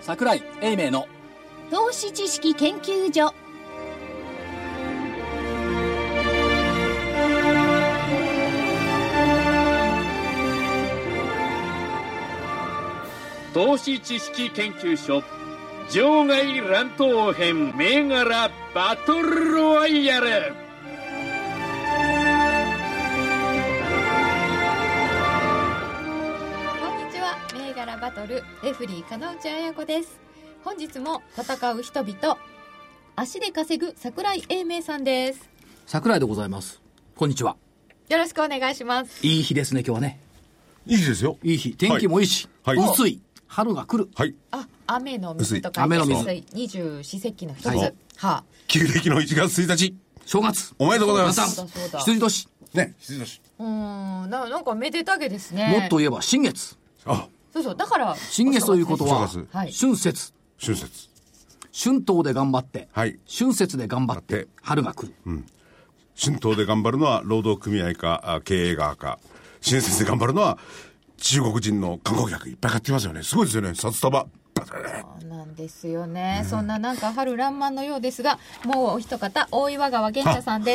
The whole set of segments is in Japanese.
櫻井英明の投資知識研究所。 投資知識研究所場外乱闘編銘柄バトルロワイヤル。 こんにちは。銘柄バトルレフリー金内彩子です。本日も戦う人々、足で稼ぐ櫻井英明さんです。 櫻井でございます。こんにちは。 よろしくお願いします。 いい日ですね今日はね。 いい日ですよ。 いい日、天気もいいし、 はい薄い春が来る。 はい。 雨の水とか雨の水二十四節気の一つ。 はいは旧暦の1月1日。 正月おめでとうございま皆す。 さんそうだ羊年、 ね、羊年。 なんかめでたげですね。 もっと言えば新月。 あ、 そうだから新月ということはお正月はい春節、 春節。 春闘で頑張って、 はい春節で頑張って春が来る。 春闘で頑張るのは労働組合か経営側か。春節で頑張るのは中国人の観光客いっぱい買ってますよね。すごいですよね。札束。 そうなんですよね。そんななんか春爛漫のようですが、もうお一方、大岩川源太さんです。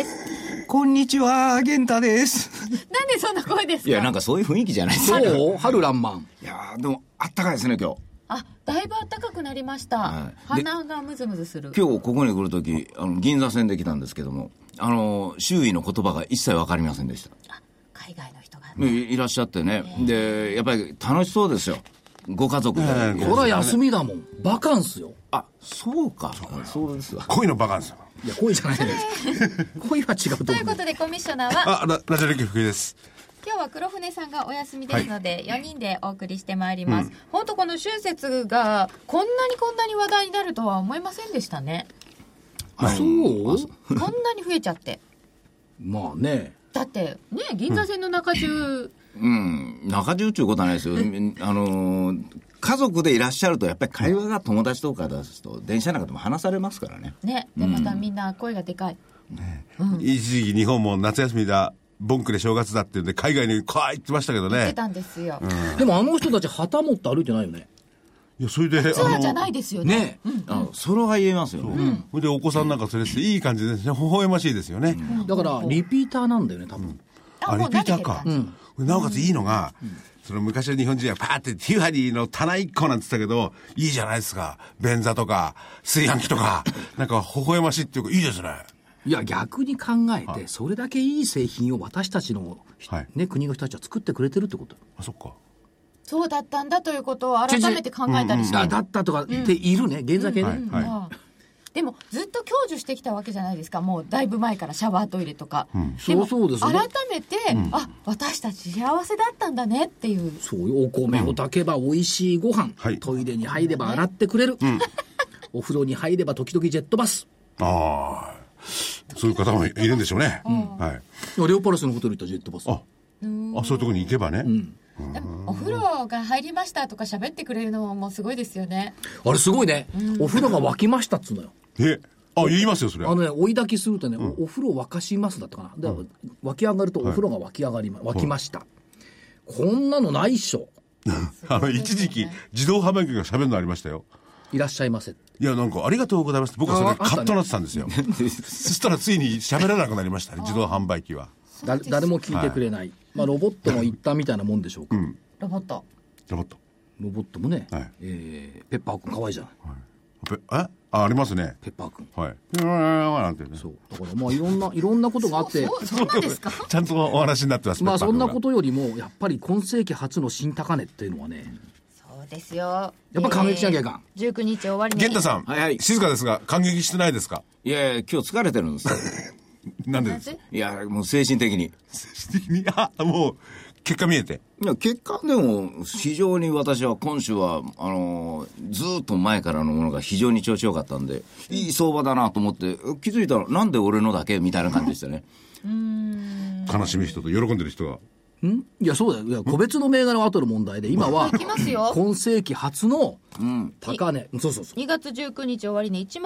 こんにちは、源太です。 なんでそんな声ですか？ いや、なんかそういう雰囲気じゃないですか。 そう春爛漫。 いやーでも、あったかいですね、今日。 だいぶ暖かくなりました。 はい鼻がムズムズする。 今日ここに来るとき、銀座線で来たんですけども、周囲の言葉が一切わかりませんでした。 海外の人が。 いらっしゃってね。で、やっぱり楽しそうですよ。ご家族で。 これは休みだもん。バカンスよ。 あ、そうか。そうですわ。 恋のバカンス。 いや恋じゃないです恋は違うと思う。 ということでコミッショナーはラジオ歴福井です。 今日は黒船さんがお休みですので、4人でお送りしてまいります。本当この春節がこんなに話題になるとは思いませんでしたね。 そうこんなに増えちゃってまあね。 だってね、銀座線の中中、 中中っていうことはないですよ。家族でいらっしゃると、やっぱり会話が友達とかですと、電車の中でも話されますからね。 ね、でまたみんな声がでかい。 一時期日本も夏休みだ、ボンクで正月だっていうんで、海外に怖いって言ってましたけどね。 言ってたんですよ。 でもあの人たち旗持って歩いてないよね。 いや、それで、 ツアーじゃないですよね。 ねそれは言えますよね。 それでお子さんなんか連れていい感じですね。微笑ましいですよね。 だからリピーターなんだよね多分。 リピーターか。なおかついいのが、その昔の日本人はパーってティファニーの棚一個なんて言ったけど、いいじゃないですか。便座とか、炊飯器とか、なんか微笑ましいっていうか、いいですね。 いや逆に考えてそれだけいい製品を私たちの、ね、国の人たちは作ってくれてるってこと。 あ、そっか。 そうだったんだということを改めて考えたりして、 だったとかっているね、現在系ね。 でもずっと享受してきたわけじゃないですか。もうだいぶ前からシャワートイレとか、でもそうですよね。 改めて、私たち幸せだったんだねっていう。 そういうお米を炊けば美味しいご飯、トイレに入れば洗ってくれる、お風呂に入れば時々ジェットバス。 ああ、そういう方もいるんでしょうね。 レオパレスのホテル行ったジェットバス。 そういうところに行けばね。 お風呂が入りましたとか喋ってくれるのもすごいですよね。 あれすごいね、お風呂が沸きましたっつうのよ。 言いますよそれは。 追い焚きするとね、お風呂沸かしますだったかな。だから沸き上がるとお風呂が沸き上がり沸きました、こんなのないっしょ。 一時期自動販売機が喋るのありましたよ。 いらっしゃいませ。 いや、なんかありがとうございますって僕はそれカッとなってたんですよ。そしたらついに喋らなくなりましたね、自動販売機は。 誰も聞いてくれない、ロボットの一端みたいなもんでしょうか。 ロボットもね、ペッパーくんかわいいじゃない。 ありますね、 ペッパーくん。 なんてね。 そうだからいろんなことがあってそうなんですか。 ちゃんとお話になってます。 そんなことよりもやっぱり今世紀初の新高値っていうのはね、 そうですよ。 やっぱ感激しなきゃいかん。 19日終わりに。 源太さん、静かですが感激してないですか？ いや今日疲れてるんですよ。 なんでですか？ いやもう精神的にもう結果見えて。 いや結果でも非常に私は今週はずっと前からのものが非常に調子よかったんで、いい相場だなと思って気づいたらなんで俺のだけみたいな感じでしたね。 悲しむ人と喜んでる人が。 いやそうだよ。いや個別の銘柄は後の問題で、今は今世紀初の高値、そう 2月19日終わりに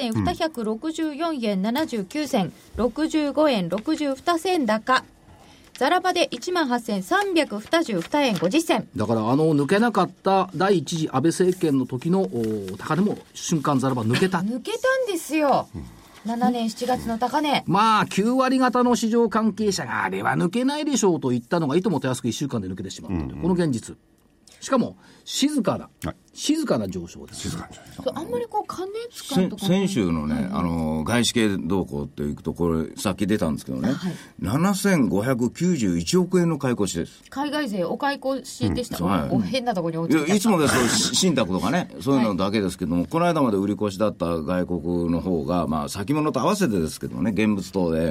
18,264 円79銭65円62銭高ザラバで 18,322 円50銭。 だから抜けなかった第一次安倍政権の時の高値も瞬間ザラバ抜けた。 抜けたんですよ。7年7月の高値。 まあ9割方の市場関係者があれは抜けないでしょうと言ったのがいともたやすく1週間で抜けてしまったという、この現実。しかも静かな上昇です。 静かな上昇。 あんまりこう金使うとか先週のね、外資系動向っていくと、これさっき出たんですけどね、7591億円の買い越しです。 海外勢お買い越しでした。変なところに落ちてきた。 いつもですと信託とかねそういうのだけですけども、この間まで売り越しだった外国の方が、まあ先物と合わせてですけどね、現物等で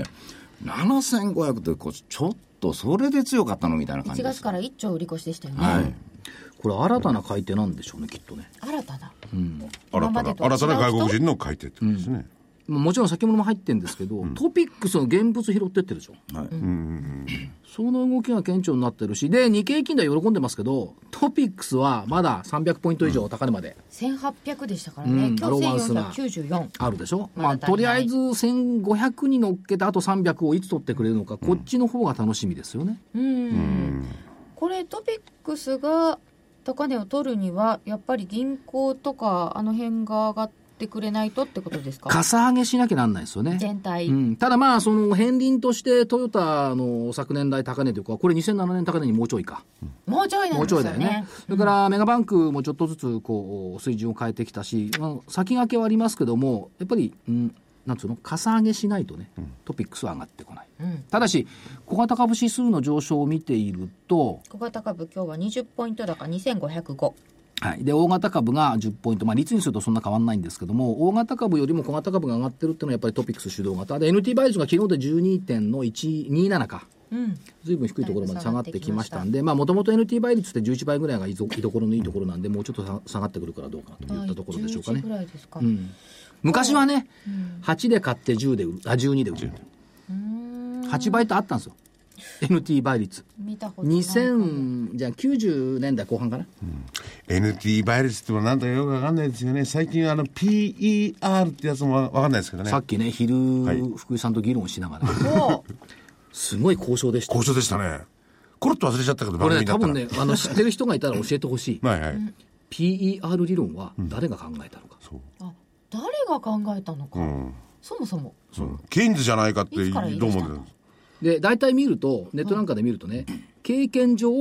7500ってちょっとそれで強かったのみたいな感じです。 1月から1兆売り越しでしたよね。 はい、 これ新たな買い手なんでしょうね、きっとね。 新たな、 新たな外国人の買い手ってことですね。 もちろん先物も入ってるんですけど、トピックスの現物拾ってってるでしょ、その動きが顕著になってるし、で日経金利は喜んでますけど、トピックスはまだ300ポイント以上高値まで、 1800でしたからね、今日1494 あるでしょ、とりあえず1500に乗っけてあと300をいつ取ってくれるのか、こっちの方が楽しみですよね。 これトピックスが高値を取るにはやっぱり銀行とかあの辺が上がってくれないとってことですか。 かさ上げしなきゃなんないですよね、 全体、 ただまあその片鱗としてトヨタの昨年来高値というか、これ2007年高値にもうちょいか、 もうちょいなんですよね。もうちょいだよね。 それからメガバンクもちょっとずつこう水準を変えてきたし、先駆けはありますけども、やっぱりなんつうの、かさ上げしないとね、トピックスは上がってこない、ただし小型株指数の上昇を見ていると、 小型株今日は20ポイント高2505、 で大型株が10ポイント、率にするとそんな変わらないんですけども、大型株よりも小型株が上がってるっていうのはやっぱりトピックス主導型で、 NT 倍率が昨日で 12.127 か、ずいぶん低いところまで下がってきましたんで、もともと NT 倍率って11倍ぐらいが居所のいいところなんで、もうちょっと下がってくるからどうかなといったところでしょうかね。 11ぐらいですか。 昔はね、8で買って10で売る、12で売る、8倍とあったんですよ NT 倍率。 見たことないかも。 じゃあ90年代後半かな、 NT 倍率ってもなんだかよくわかんないですよね。最近PER ってやつもわかんないですけどね。 さっきね昼、福井さんと議論しながらすごい交渉でした。 交渉でしたね。コロッと忘れちゃったけど、 これね多分ね知ってる人がいたら教えてほしいPER 理論は誰が考えたのか、 誰が考えたのか、そもそもケインズじゃないかってどう思うんですで、大体見るとネットなんかで見るとね、経験上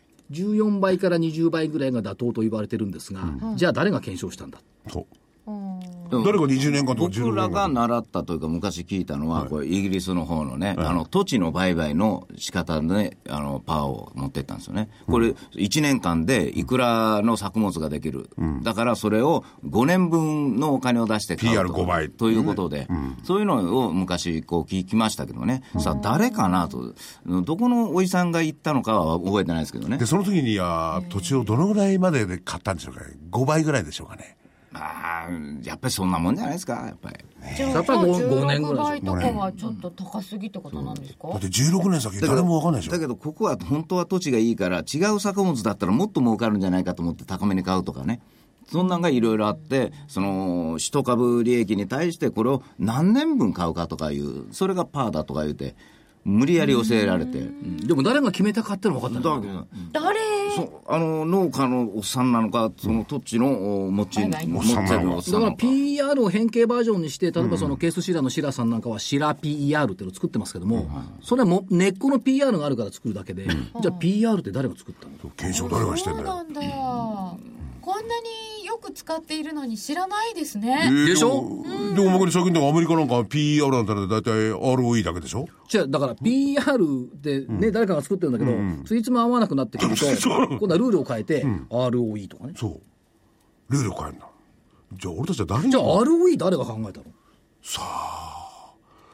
14倍から20倍ぐらいが妥当と言われてるんですが、じゃあ誰が検証したんだ。 そう誰が20年間とか16年間、 僕らが習ったというか昔聞いたのは、これイギリスの方のね、土地の売買の仕方でパワーを持っていったんですよね。これ1年間でいくらの作物ができる、だからそれを5年分のお金を出して買うと PR5 倍ということで、そういうのを昔こう聞きましたけどね、さあ誰かなと、どこのおじさんが言ったのかは覚えてないですけどね。 でその時に土地をどのぐらいまでで買ったんでしょうかね。5倍ぐらいでしょうかね。 やっぱりそんなもんじゃないですか。やっぱりやっぱり 5年ぐらい 16倍とかはちょっと高すぎってことなんですか。 だって16年先誰も分かんないでしょ。 だけどここは本当は土地がいいから違う作物だったらもっと儲かるんじゃないかと思って高めに買うとかね、そんなんがいろいろあって、その一株利益に対してこれを何年分買うかとかいう、それがパーだとか言うて無理やり教えられて、 でも誰が決めたかってのは分かったんだけど、 誰農家のおっさんなのか、その土地の持ってるおっさんなのか。 だから PER を変形バージョンにして、例えばそのケースシラのシラさんなんかはシラ PER っていうのを作ってますけども、それはも根っこの PR があるから作るだけで、じゃあ PR って誰が作ったの。 検証誰がしてんだよ。 そうなんだ、こんなによく使っているのに知らないですね。 でしょ。 でおまけに最近でもアメリカなんか PER なんて大体 ROE だけでしょ。 じゃあだから PR でね、誰かが作ってるんだけど、ついつも合わなくなってくると今度はルールを変えて、ROE とかね。 そうルールを変えるんだ。じゃあ俺たちは誰に。 じゃあ ROE 誰が考えたの。 さあ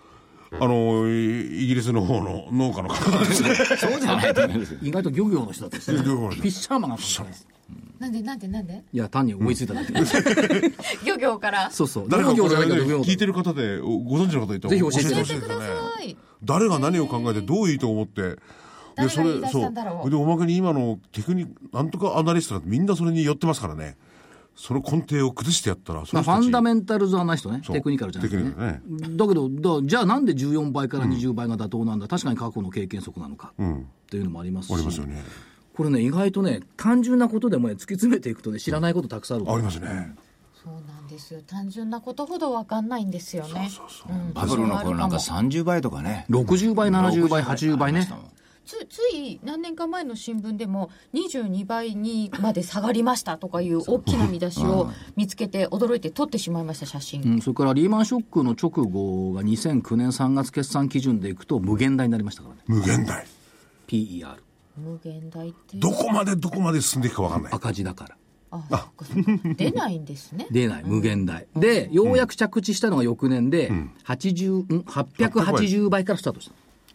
イギリスの方の農家の方ですね。 そうじゃないと思います。 意外と漁業の人だったですね。フィッシャーマンが考えたんです。 なんでいや単に思いついただけ漁業からそう誰かこれ、 農業じゃないけど漁業聞いてる方でご存知の方いたらぜひ教えてほしいですね。誰が何を考えてどういいと思って、 誰が言い出したんだろう。 でおまけに今のテクニックなんとかアナリストなんてみんなそれに寄ってますからね。 その根底を崩してやったら、 ファンダメンタルズはない人ね、テクニカルじゃないですね。だけど、じゃあなんで14倍から20倍が妥当なんだ、確かに過去の経験則なのか、っていうのもありますし、 ありますよね。 これね、意外とね、単純なことでもね、突き詰めていくとね、知らないことたくさんある、 ありますね。 そうなんですよ。単純なことほど分かんないんですよね。 バブルの頃なんか30倍とかね、 60倍、70倍、80倍ね。 つい何年か前の新聞でも22倍にまで下がりましたとかいう大きな見出しを見つけて驚いて撮ってしまいました、写真。 それからリーマンショックの直後が2009年3月決算基準でいくと無限大になりましたからね。 無限大 PER 無限大ってどこまで進んでいくか分かんない。 赤字だから出ないんですね。 出ない、無限大で、ようやく着地したのが翌年で、880倍からスタートした。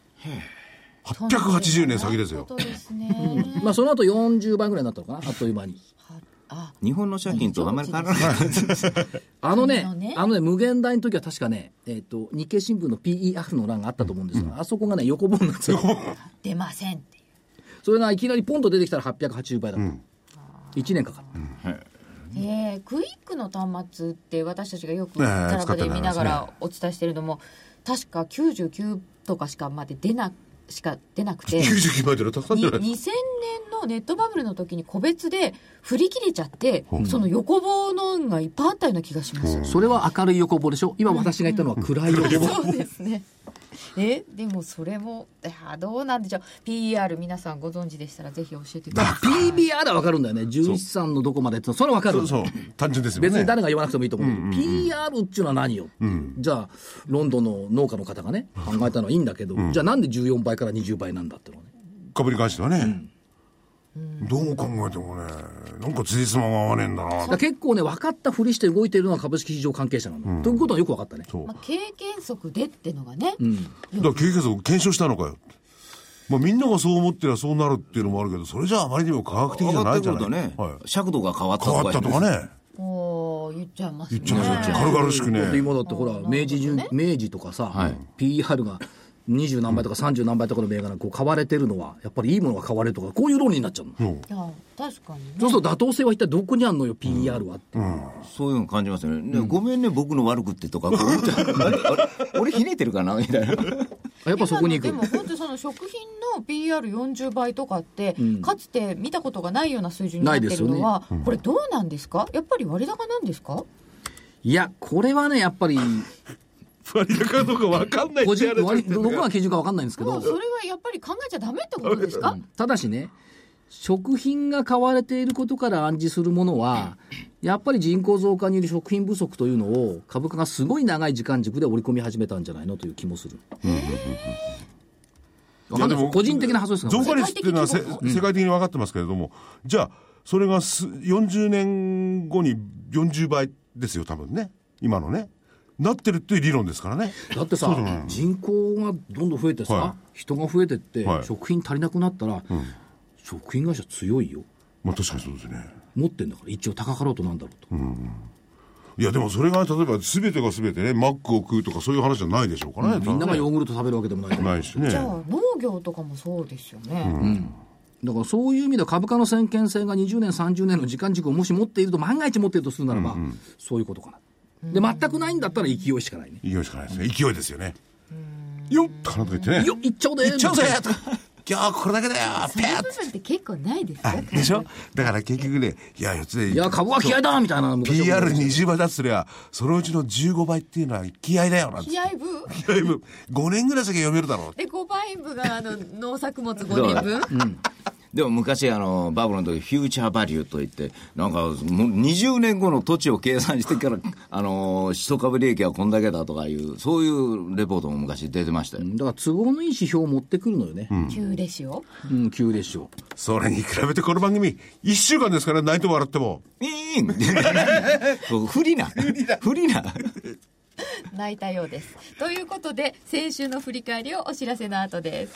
880年先ですよ。 まあその後40倍ぐらいになったのかな、あっという間に。 日本の借金とあまり変わらない無限大の時は確かね、日経新聞の PER の欄があったと思うんですが、あそこがね横棒になってた出ませんっていう。 それがいきなりポンと出てきたら880倍だった、1年かかった、 クイックの端末って私たちがよくザラバで見ながらお伝えしているのも、確か99とかしか出なくて 99倍で高かったんじゃない 2000年のネットバブルの時に個別で振り切れちゃって、その横棒のがいっぱいあったような気がします。 それは明るい横棒でしょ。今私が言ったのは暗い横棒そうですね。でもそれもどうなんでしょう。 PER 皆さんご存知でしたらぜひ教えてください。 PBR は分かるんだよね。純資産のどこまでってそれは分かる。 そう単純ですよね。 別に誰が言わなくてもいいと思う、PR っていうのは何よ、じゃあロンドンの農家の方がね考えたのはいいんだけど、じゃあなんで14倍から20倍なんだってのはね、 株に関してはね、どう考えてもね、なんかつじつまが合わねえんだな。 だ結構ね、分かったふりして動いているのは株式市場関係者なの、ということはよく分かったね。 経験則でってのがね、 だから経験則検証したのかよ。みんながそう思ってりゃそうなるっていうのもあるけど、それじゃあまりにも科学的じゃないじゃない。 ね、尺度が変わったとかね。 言っちゃいますね。 軽々しくね。 今だってほら、明治とかさ、PR が20何倍とか30何倍とかの銘柄がこう買われてるのはやっぱりいいものが買われるとか、こういう論理になっちゃうの。 確かに、ね、 そうすると妥当性は一体どこにあるのよ、PR はって、 そういうの感じますよね。ごめんね僕の悪くってとか俺ひねてるかなみたいなやっぱそこに行く。 でも本当その食品の PR40 倍とかって、かつて見たことがないような水準になってるのは、これどうなんですか。やっぱり割高なんですか。 いやこれはねやっぱり割高かどうか分かんないってどこが基準か分かんないんですけど、 それはやっぱり考えちゃダメってことですか。 ただしね、食品が買われていることから暗示するものはやっぱり人口増加による食品不足というのを株価がすごい長い時間軸で織り込み始めたんじゃないのという気もする。個人的な発想ですが、 増加率っていうのは世界的に分かってますけれども、じゃあそれが40年後に40倍ですよ多分ね、今のねなってるっていう理論ですからね。 だってさ、人口がどんどん増えてさ、人が増えてって、食品足りなくなったら、食品会社強いよ。 確かにそうですね。 持ってんだから一応高かろうとなんだろうと、 いやでもそれが例えば全てが全てねマックを食うとかそういう話じゃないでしょうからね、 みんながヨーグルト食べるわけでもないしね。 じゃあ農業とかもそうですよね、 だからそういう意味では株価の先見性が20年30年の時間軸をもし持っていると、万が一持っているとするならば、そういうことかな。で全くないんだったら勢いしかないね。 勢いしかないですね。勢いですよね。よっとかなと言ってね、 よっいっちゃおうでいっちゃおうぜとか今日これだけだよその部分って結構ないですか。 でしょ。だから結局ね、いや株は気合だみたいな PR20 倍だっつりゃそのうちの15倍っていうのは気合だよなんて。 気合部 5年ぐらい先読めるだろう。 で5倍部が農作物5年分でも昔バブルの時フューチャーバリューといってなんかもう20年後の土地を計算してから一株利益はこんだけだとかいうそういうレポートも昔出てましたよ。 だから都合のいい指標を持ってくるのよね。 急でしょ。 急でしょ。 それに比べてこの番組1週間ですから泣いても笑っても不利な泣いたようです。ということで先週の振り返りをお知らせの後です。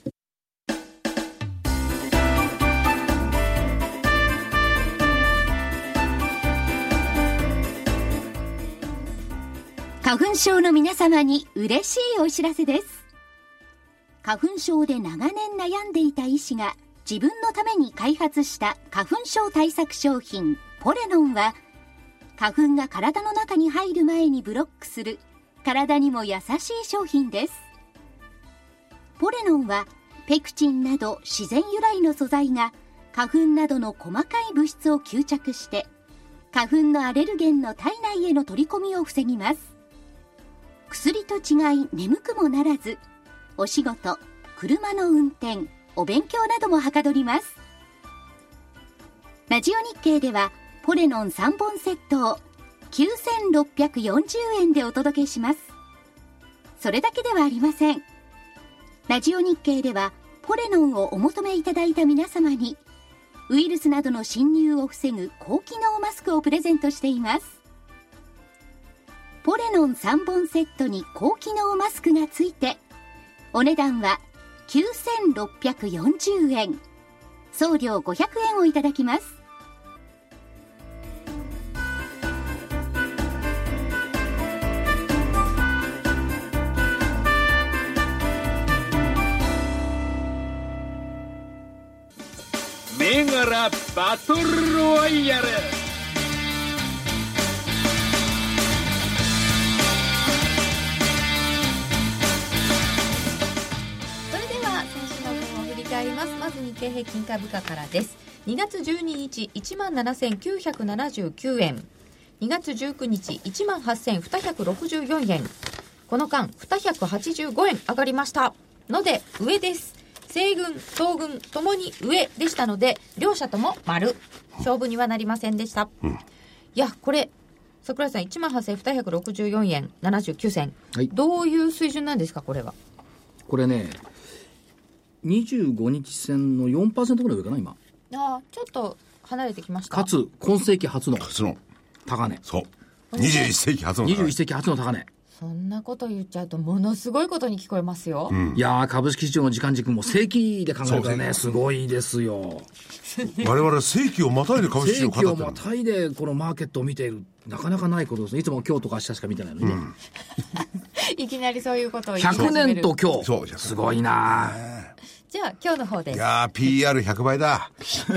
花粉症の皆様に嬉しいお知らせです。花粉症で長年悩んでいた医師が自分のために開発した花粉症対策商品ポレノンは花粉が体の中に入る前にブロックする体にも優しい商品です。ポレノンはペクチンなど自然由来の素材が花粉などの細かい物質を吸着して花粉のアレルゲンの体内への取り込みを防ぎます。薬と違い眠くもならず、お仕事、車の運転、お勉強などもはかどります。ラジオ日経ではポレノン3本セットを9640円でお届けします。それだけではありません。ラジオ日経ではポレノンをお求めいただいた皆様にウイルスなどの侵入を防ぐ高機能マスクをプレゼントしています。ポレノン3本セットに高機能マスクがついてお値段は9640円、送料500円をいただきます。 銘柄バトルロワイヤル。 それでは先週の分を振り返ります。まず日経平均株価からです。2月12日 17,979 円、2月19日 18,264 円、この間285円上がりましたので上です。西軍、東軍ともに上でしたので両者とも丸、勝負にはなりませんでした、いやこれ櫻井さん 18,264 円79銭、はい、どういう水準なんですか。これはこれね25日線の 4% ぐらい上かな今。 ちょっと離れてきました。 かつ今世紀初の高値。 そう21世紀初の高値。 21世紀初の高値。 そんなこと言っちゃうとものすごいことに聞こえますよ、 いやー株式市場の時間軸も世紀で考えるとねすごいですよ。 我々世紀をまたいで株式市場を語ってる。 世紀をまたいでこのマーケットを見ている、なかなかないことですね。いつも今日とか明日しか見てないのにね、 いきなりそういうことを言い始める。 100年と今日そうすごいな。 じゃあ今日の方です。 いやー PR100 倍だ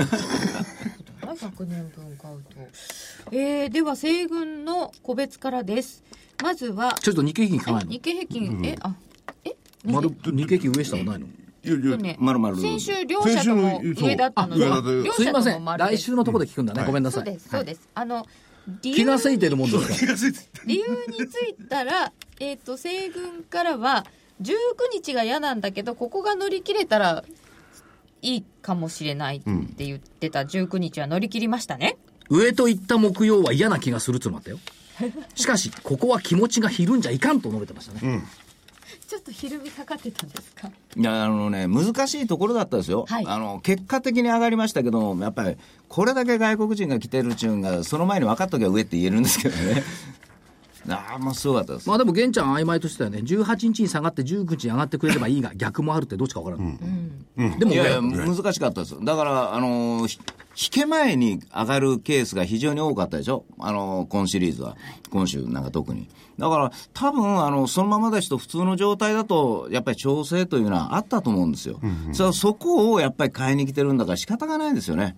100年分買うと、では西軍の個別からです。まずはちょっと日経平均聞かないの。 日経平均、日経平均上下はないの。 先週両者とも上だったので、 すいません来週のところで聞くんだね、ごめんなさい。 そうです、 気がついてるもんですか。 理由についたら西軍からは19日が嫌なんだけどここが乗り切れたらいいかもしれないって言ってた19日は乗り切りましたね。 上といった木曜は嫌な気がするっつうのもあったよ。しかしここは気持ちがひるんじゃいかんと述べてましたね、 ちょっとひるみかかってたんですか。 いや難しいところだったですよ、はい、結果的に上がりましたけどやっぱりこれだけ外国人が来てるっちゅうんがその前に分かっときゃ上って言えるんですけどねもうすごかったです。 でも玄ちゃん曖昧としてはね18日に下がって19日に上がってくれればいいが逆もあるってどっちか分からない、でもいや難しかったです。だから引け前に上がるケースが非常に多かったでしょ、今シリーズは。今週なんか特にだから多分そのままですと普通の状態だとやっぱり調整というのはあったと思うんですよ、そこをやっぱり買いに来てるんだから仕方がないですよね、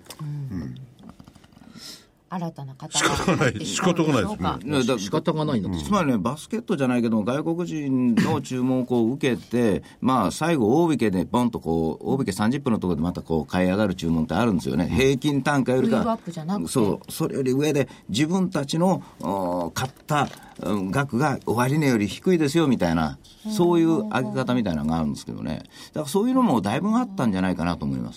新たな方仕方がないですね。 仕方がないんだ、 つまりねバスケットじゃないけど外国人の注文を受けて最後大引けでボンと大引け30分のところでまた買い上がる注文ってあるんですよね、平均単価よりかそれより上で自分たちの買った額が終値より低いですよみたいなそういう上げ方みたいなのがあるんですけどね。だからそういうのもだいぶあったんじゃないかなと思います。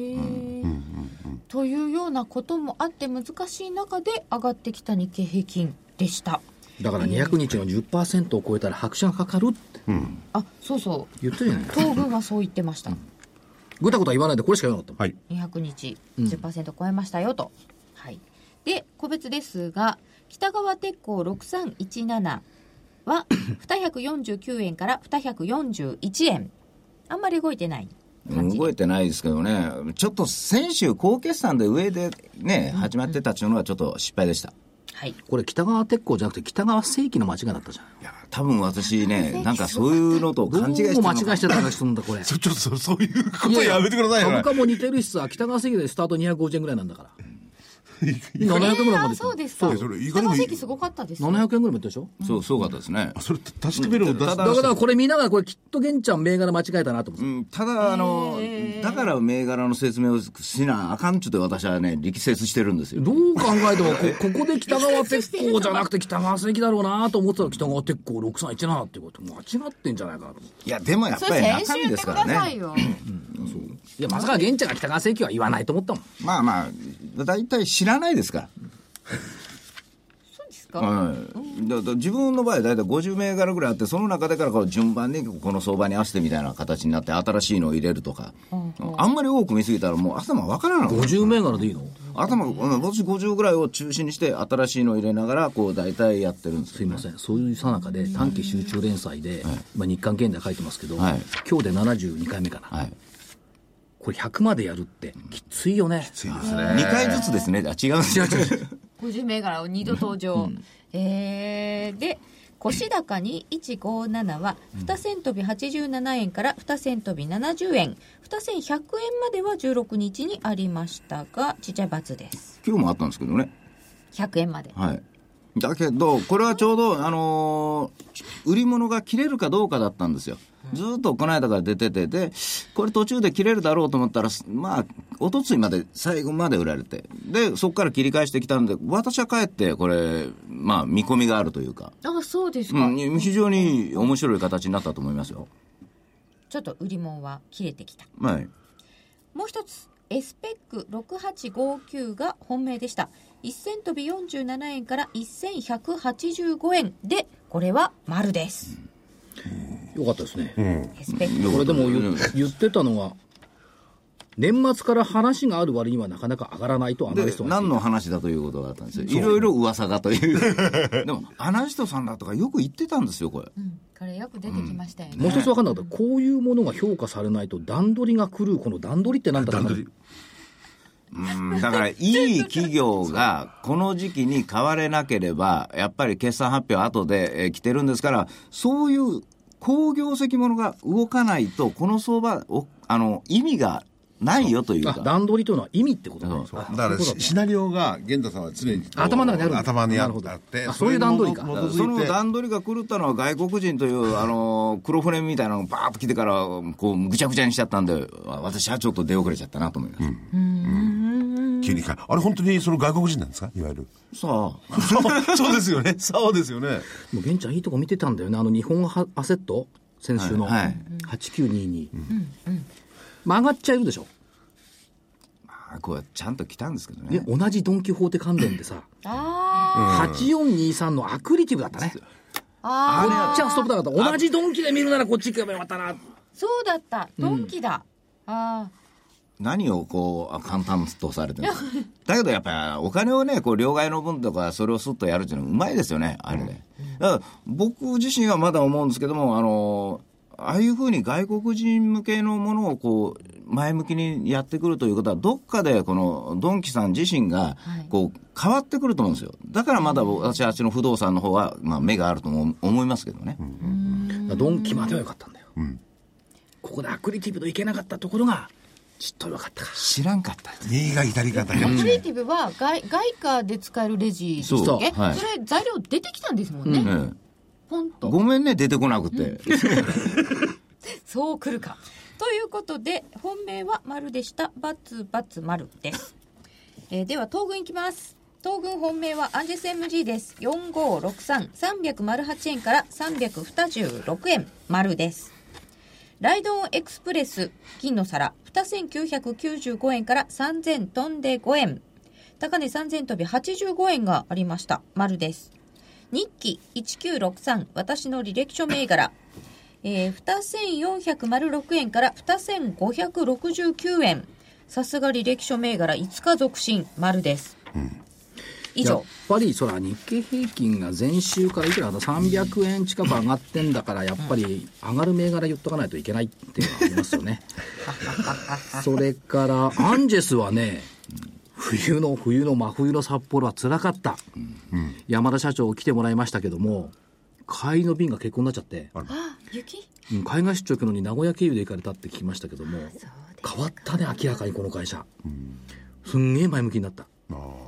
というようなこともあって難しい中で上がってきた日経平均でした。 だから200日の 10% を超えたら拍車がかかるって、 そう言ってるじゃない。 東軍はそう言ってました、 ぐたぐた言わないでこれしか言わなかった、 200日 10% 超えましたよと、で個別ですが北川鉄工6317は249円から241円、あんまり動いてない動いてないですけどね。ちょっと先週高決算で上でね始まってたっていうのはちょっと失敗でした、 これ北川鉄工じゃなくて北川世紀の間違いだったじゃん。 いや多分私ねなんかそういうのと勘違いしてるのどうも間違いしてたらするんだこれちょっとそういうことやめてくださいよ。 株価も似てるしさ北川世紀でスタート250円ぐらいなんだから 700円ぐらいまで。 そうですか。 それイカでも下関すごかったですよ。 700円ぐらいまででしょ。 そう、すごかったですね。 それ確かめるの出す。 だからこれ見ながら、これきっと玄ちゃん銘柄間違えたなと思って。 ただだから銘柄の説明をしなあかんっちゅうて私はね力説してるんですよ。 どう考えてもここで北川鉄工じゃなくて北川石だろうなと思ってたら北川鉄工6317ってこと間違ってんじゃないかなと。 いやでもやっぱり中身ですからね。 いやまさか玄ちゃんが北川石は言わないと思ったもん。 まあまあ大体知らないですから。だ自分の場合大体50銘柄ぐらいあって、その中でからこう順番にこの相場に合わせてみたいな形になって新しいのを入れるとか、あんまり多く見すぎたらもう頭分からない。 50銘柄でいいの？ 私50ぐらいを中心にして新しいのを入れながらこう大体やってるんですよ、ね、 すいません、そういうさなかで短期集中連載で、今日刊現代書いてますけど、今日で72回目かな、これ100までやるってきついよね。 きついですね。 2回ずつですね。違う 50銘柄を2度登場、で腰高に157は2銭飛び87円から2銭飛び70円、2銭100円までは16日にありましたがちっちゃい×です。 今日もあったんですけどね、 100円まで。 だけどこれはちょうど、売り物が切れるかどうかだったんですよ。ずっとこの間から出てて、でこれ途中で切れるだろうと思ったら、まあおとついまで最後まで売られて、でそこから切り返してきたんで、私はかえってこれまあ見込みがあるというか。 そうですか、 非常に面白い形になったと思いますよ。 ちょっと売り物は切れてきた。 はい。 もう一つエスペック6859が本命でした。1銭飛び47円から1銭185円で、これは丸です。 よかったですね、 エスペック。 これでも言ってたのが年末から話がある割にはなかなか上がらないとアナリストが何の話だということだったんですよ。いろいろ噂がというでもアナリストさんだとかよく言ってたんですよこれ、 これよく出てきましたよね。 もう一つ分かんなかった、こういうものが評価されないと段取りが狂う。この段取りって何だろう。 だからいい企業がこの時期に買われなければやっぱり決算発表後で来てるんですから、そういう好業績ものが動かないとこの相場意味がないよというか。 段取りというのは意味ってことね。 だからシナリオが源太さんは常に頭の中にある。 頭にあって、 そういう段取りか。 その段取りが狂ったのは外国人という黒船みたいなのがバーッと来てからこうぐちゃぐちゃにしちゃったんで、私はちょっと出遅れちゃったなと思います。 急にあれ本当にその外国人なんですか、いわゆる。そうですよね。そうですよね。 もう玄ちゃんいいとこ見てたんだよね。日本アセット先週の8922、まあ上がっちゃうでしょ。 こうちゃんと来たんですけどね。 同じドン・キホーテ関連でさ8423のアクリティブだったね。あっちゃストップだった。同じドンキで見るならこっち行けばよかったな。 そうだった、ドンキだ。 何をこう簡単とされてるんですか。だけどやっぱりお金をねこう両替の分とかそれをスッとやるっていうのはうまいですよねあれね。だから僕自身はまだ思うんですけども、ああいうふうに外国人向けのものをこう前向きにやってくるということは、どっかでこのドンキさん自身がこう変わってくると思うんですよ。だからまだ私あっちの不動産の方はまあ目があると思いますけどね。 ドンキまではよかったんだよ、ここでアクリティブといけなかったところがちょっとよかったか。 知らんかった。 右が左かだよ。 アクリティブは外貨で使えるレジでしたっけ。それ材料出てきたんですもんね、ポンと。 ごめんね出てこなくてそう来るかということで本命は丸でした。×丸です。では東軍いきます。東軍本命はアンジェス MG です。4563 308円から326円丸です。ライドオンエクスプレス金の皿2995円から3000飛んで5円、高値3000飛び85円がありました。丸です。日記1963私の履歴書銘柄、2406円から2569円、さすが履歴書銘柄5日続伸丸です。以上。 やっぱりそら日経平均が前週からいくらだ300円近く上がってんだから、やっぱり上がる銘柄言っとかないといけないっていうのがありますよねそれからアンジェスはね、冬の真冬の札幌は辛かった、山田社長来てもらいましたけども、帰りの便が欠航になっちゃって、 雪、 海外出張行くのに名古屋経由で行かれたって聞きましたけども、変わったね明らかにこの会社、すんげえ前向きになった。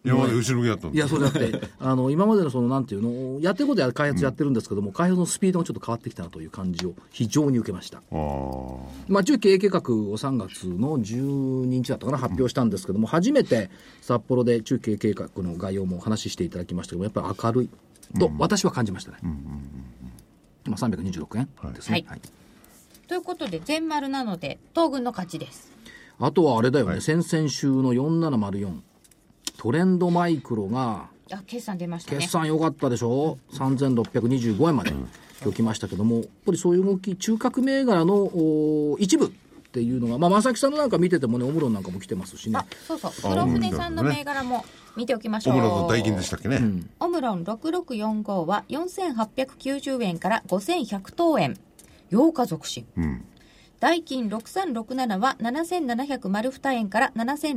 今まで後ろ向きだったんいや、そうだって今までのなんていうのやってることや開発やってるんですけども、開発のスピードがちょっと変わってきたなという感じを非常に受けました。中期経営計画を3月の12日だったかな発表したんですけども、初めて札幌で中期経営計画の概要もお話ししていただきましたけども、やっぱり明るいと私は感じましたね。326円ですね。はい。 ということで全丸なので東軍の勝ちです。あとはあれだよね、先々週の4704トレンドマイクロが決算出ましたね。 決算良かったでしょ。3625円まで今日来ましたけども、やっぱりそういう動き、中核銘柄の一部っていうのが、正木さんのなんか見ててもね、オムロンなんかも来てますしね。 そう黒船さんの銘柄も見ておきましょう。 オムロンの代金でしたっけね。 オムロン6645は4890円から5100等円、8日続伸。代金6367は7702円から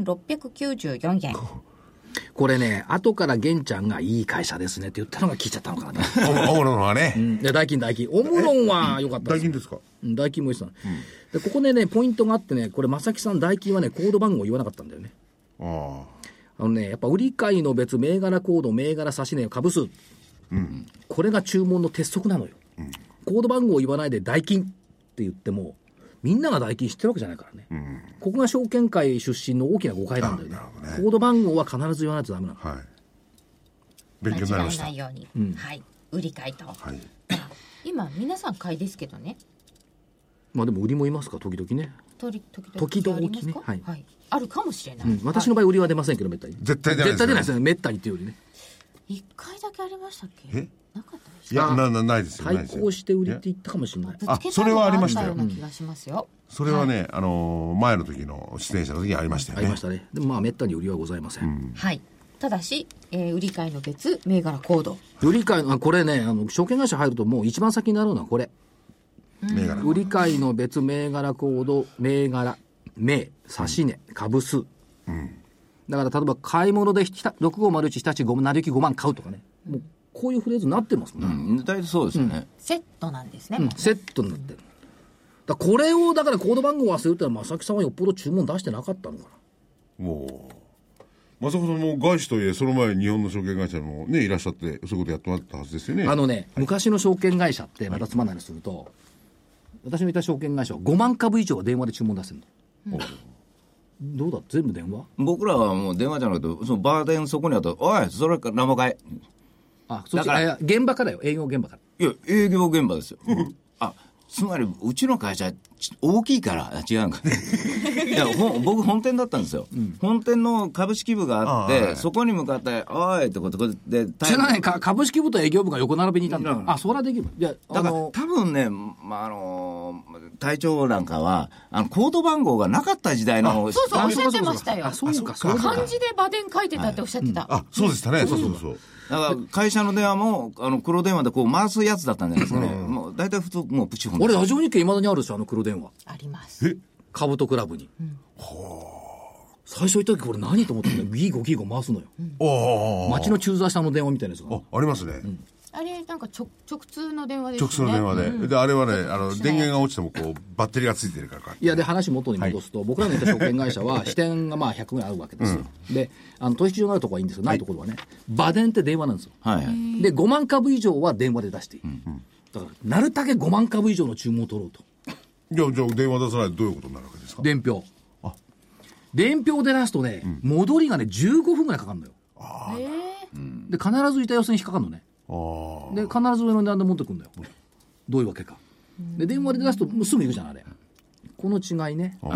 7694円。 これね、後から玄ちゃんがいい会社ですねって言ったのが聞いちゃったのかな。 オムロンはね。 代金。オムロンは良かったです。 代金ですか。 代金もいいです。でここでね、ポイントがあってね、これ正木さん代金はね、コード番号言わなかったんだよね。やっぱ売り買いの別銘柄コード、銘柄指値株数、これが注文の鉄則なのよ。コード番号を言わないで代金って言ってもみんなが代金知ってるわけじゃないからね、ここが証券会出身の大きな誤解なんだよね。コード番号は必ず言わないとダメなの。 勉強になりました。 間違いないように、売り買いと、今皆さん買いですけどね。 でも売りもいますか、時々ね。 時々ね、あるかもしれない。 私の場合売りは出ませんけど、めったに絶対出ないですよね。めったにっていうよりね。 1回だけありましたっけ。なかったですか。いや、ないですよ。 対抗して売りって言ったかもしれない。 それはありましたよ。 気がしますよ。 それはね、前の時の出演者の時にありましたよね。 ありましたね。でもめったに売りはございません。 ただし、売り買いの別銘柄コード。 売り買いのこれね、証券会社入るともう一番先になるのはこれ。売り買いの別銘柄コード、銘柄、銘、指値、株数。だから例えば買い物で6501日立成り行き5万買うとかね。もうこういうフレーズになってますね。 大体そうですよね。 セットなんですね。 セットになってる。これをだからコード番号を忘れるってのは正木さんはよっぽど注文出してなかったのかな。 もう正木さんも外資といえその前に日本の証券会社もねいらっしゃってそういうことやってもらったはずですよね。 昔の証券会社ってまたつまんないのすると、私のいた証券会社は5万株以上は電話で注文出せるの。どうだ全部電話。 僕らはもう電話じゃなくてそのバーデンそこにあったらおいそれから生買い。 だから現場からよ、営業現場から。 いや営業現場ですよ。つまりうちの会社大きいから違うかいや僕本店だったんですよ、本店の株式部があってそこに向かっておいってことで知らないか、株式部と営業部が横並びにいたんだ。それはできる。 だから多分ね、隊長なんかはコード番号がなかった時代のそうおっしゃってましたよ。 そうか漢字で場電書いてたっておっしゃってた。 そうでしたね。そうだから会社の電話も黒電話でこう回すやつだったんじゃないですかね。もう大体普通もうプチフォン。 俺ラジオ日経いまだにあるんですよ、黒電話。 あります。 カブトクラブに。最初行った時これ何と思ったんだよ。ギーゴギーゴ回すのよ。町の駐在さんの電話みたいなやつが。 ありますね。 あれなんか直通の電話ですね。 直通の電話で、であれはね電源が落ちてもこうバッテリーがついてるから。 いやで話元に戻すと、僕らのいた証券会社は支店が100ぐらいあるわけですよ。で取引所があるところはいいんですよ、ないところはね、場電って電話なんですよ。で5万株以上は電話で出していい。だからなるたけ5万株以上の注文を取ろうと。 じゃあ電話出さないとどういうことになるわけですか。 伝票で出すとね、戻りがね15分ぐらいかかるのよ。で必ずいた寄せに引っかかるのね。で必ず上の値段で持ってくるんだよ。どういうわけか。で電話で出すともうすぐ行くじゃん、あれ。この違いね。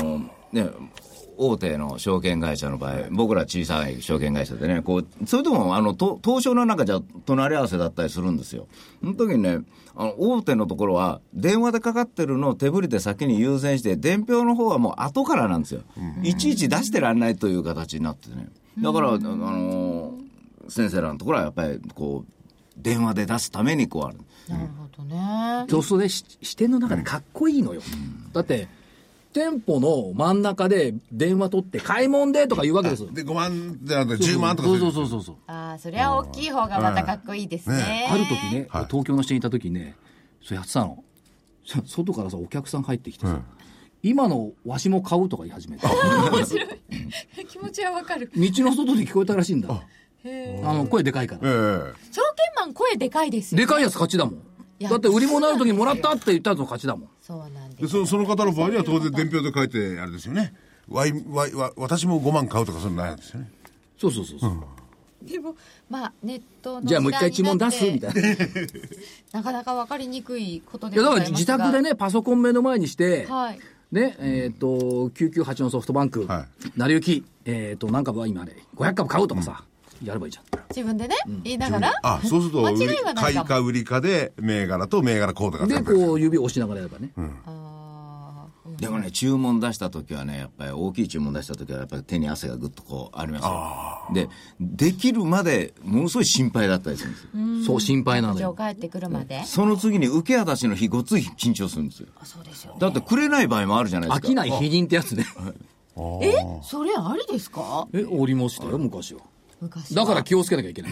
大手の証券会社の場合、僕ら小さい証券会社でね、こうそれとも東証の中じゃ隣り合わせだったりするんですよ。その時にね、大手のところは電話でかかってるのを手振りで先に優先して、伝票の方はもう後からなんですよ。いちいち出してらんないという形になってね。だから先生らのところはやっぱりこう電話で出すためにこうある。 なるほどね。 そうすると支店の中でかっこいいのよ。だって店舗の真ん中で電話取って買い物でとか言うわけですよ。 で5万で10万とか。 そうそれは大きい方がまたかっこいいですね。 ある時ね、東京の支店にいた時ね、それやってたの。外からさお客さん入ってきてさ、 今のわしも買うとか言い始めて面白い気持ちはわかる。 道の外で聞こえたらしいんだ。 へ声でかいから、 証券マン声でかいですよ、ね、 でかいやつ勝ちだもん。だって売り物ある時にもらったって言ったやつの勝ちだもん。 そうなんでですその方の場合には当然伝票で書いてあれですよね。私も5万買うとかそんなのないんですよね。 そうそうそうそう、 でもまあネットのじゃあもう一回注文出すみたいななかなか分かりにくいこといやだからでございますが、 自宅でねパソコン目の前にして、 はいね998のソフトバンク、 は成り行き何株は今あれ500株買うとかさ、やればいいじゃん。 自分でね、言いながらそうすると間違いはないかも。 買いか売りかで銘柄と銘柄コードがでこう指を押しながらやればね、 でもね、注文出した時はね、やっぱり大きい注文出した時はやっぱり手に汗がぐっとこうありますよ。でできるまでものすごい心配だったりするんですよ。 そう心配なのよ。 帰ってくるまで、 その次に受け渡しの日ごっつい緊張するんですよ。 そうですよ、ね、 だってくれない場合もあるじゃないですか。 飽きない否認ってやつねそれありですか？ ありましたよ昔は。 昔だから気をつけなきゃいけない。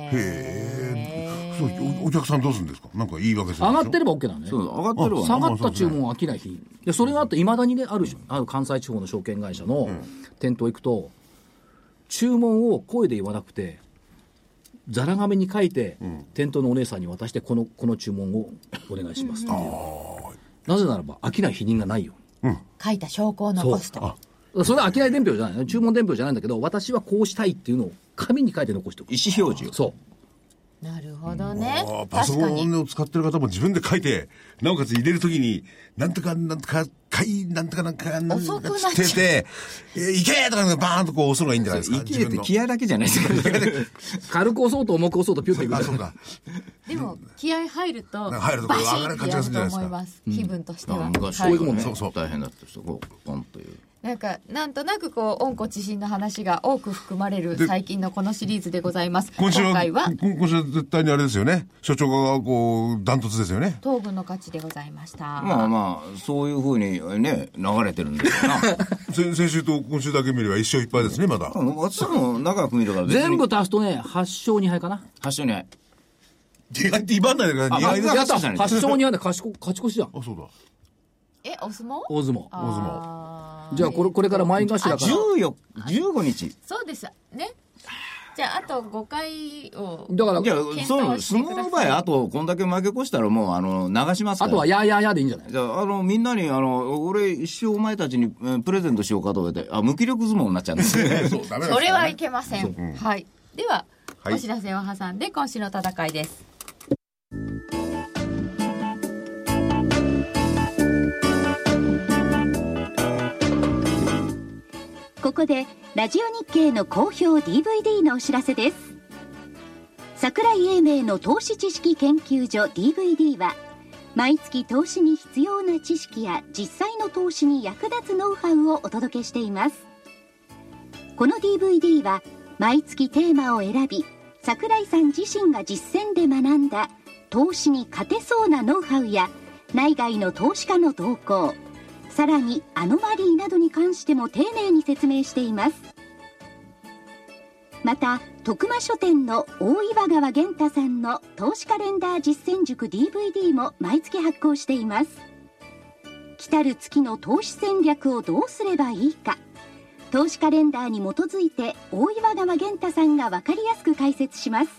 そうお客さんどうするんですか？なんか言い訳するんでしょ？ 上がってれば OK なのね。 そう上がってるわ。 下がった注文は飽きない日で、それがあっていまだにねある関西地方の証券会社の店頭行くと、注文を声で言わなくてザラ紙に書いて、店頭のお姉さんに渡してこの注文をお願いしますっていう、なぜならば飽きない否認がないように、 書いた証拠を残すと。 それは飽きない伝票じゃない、注文伝票じゃないんだけど、私はこうしたいっていうのを紙に書いて残しておく。 意思表示を。 そうなるほどね。 パソコンを使ってる方も自分で書いて、なおかつ入れるときになんとかなんとかなんとかなんか遅くなっちゃうつっていけーとかバーンとこう押すのがいいんじゃないですか。 生きれって気合だけじゃないですか。 軽く押そうと重く押そうとピュッていく。 そうか。 でも気合入ると入るとバシッ上がる感じてやるとがするじゃないですか思います、気分としては。 昔はいそういうもんね。 そう大変だった人こうポンという。 なんとなくこう温故知新の話が多く含まれる最近のこのシリーズでございます。 今週回は今週は絶対にあれですよね。所長がこうダントツですよね。 東軍の勝ちでございました。 まあまあそういうふうにね流れてるんですよな。 先週と今週だけ見れば1勝1敗ですねまだ。 私も長く見れば別に全部足すとね8勝2敗かな。 8勝2敗。 2敗って威張んないでください。2敗です。 やった8勝2敗で勝ち越しじゃん。 あそうだ。 お相撲？ 大相撲。 あーじゃあこれから前頭から 15日。 そうですね。じゃああと5回をだからいや検討その相してください撲の場合あとこんだけ負け越したらもう流しますから。 あとはやでいいんじゃない。 じゃあみんなに俺一生お前たちにプレゼントしようかと思って無気力相撲になっちゃうんですね。 そうダメそれはいけません、はいでは、 はいお知らせを挟んで今週の戦いです。 ここでラジオ日経の好評 DVD のお知らせです。桜井英明の投資知識研究所 DVD は毎月投資に必要な知識や実際の投資に役立つノウハウをお届けしています。この DVD は毎月テーマを選び、桜井さん自身が実践で学んだ投資に勝てそうなノウハウや内外の投資家の動向、さらにアノマリーなどに関しても丁寧に説明しています。また徳間書店の大岩川源太さんの投資カレンダー実践塾 DVD も毎月発行しています。来たる月の投資戦略をどうすればいいか、投資カレンダーに基づいて大岩川源太さんが分かりやすく解説します。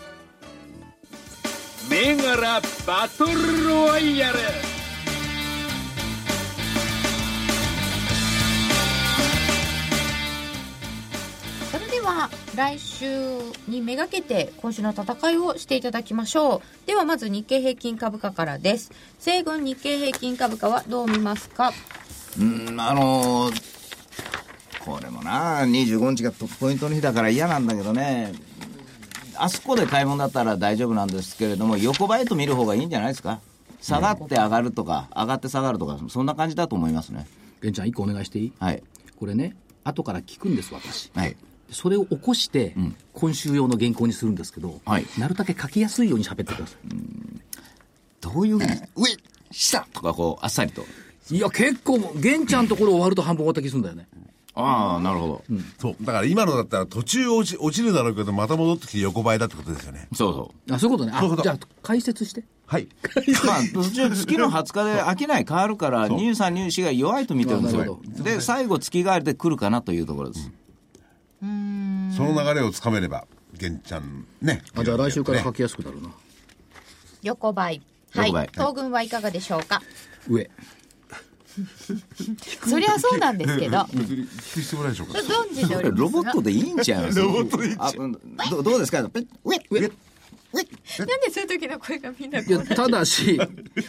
銘柄バトルロワイヤル。 それでは来週にめがけて今週の戦いをしていただきましょう。ではまず日経平均株価からです。西軍日経平均株価はどう見ますか？ これもな25日がポイントの日だから嫌なんだけどね、あそこで買い物だったら大丈夫なんですけれども、横ばいと見る方がいいんじゃないですか。下がって上がるとか、上がって下がるとか、そんな感じだと思いますね。 玄ちゃん1個お願いしていい？ はい。 これね後から聞くんです私。 はい。 それを起こして、今週用の原稿にするんですけど、 はい、 なるだけ書きやすいように喋ってください。 どういうふうに上下とかこうあっさりと。 いや結構玄ちゃんのところ終わると半分終わった気するんだよね。 ああなるほど、 そうだから今のだったら途中落ちるだろうけどまた戻ってきて横ばいだってことですよね。 そうそういうことね。じゃあ解説して。 はい。 まあ、月の20日で商い変わるから、23、24が弱いと見てるんですよ。で、最後月替わりで来るかなというところです。 その流れをつかめれば、玄ちゃんね。 じゃあ来週から書きやすくなるな。 横ばい。はい。東軍はいかがでしょうか。 上。 そりゃそうなんですけど。 別に聞く必要ないでしょうか。 存じております。 ロボットでいいんちゃいます？ ロボットでいいんちゃう。どうですか？上。 なんでそういう時の声がみんなこういやただし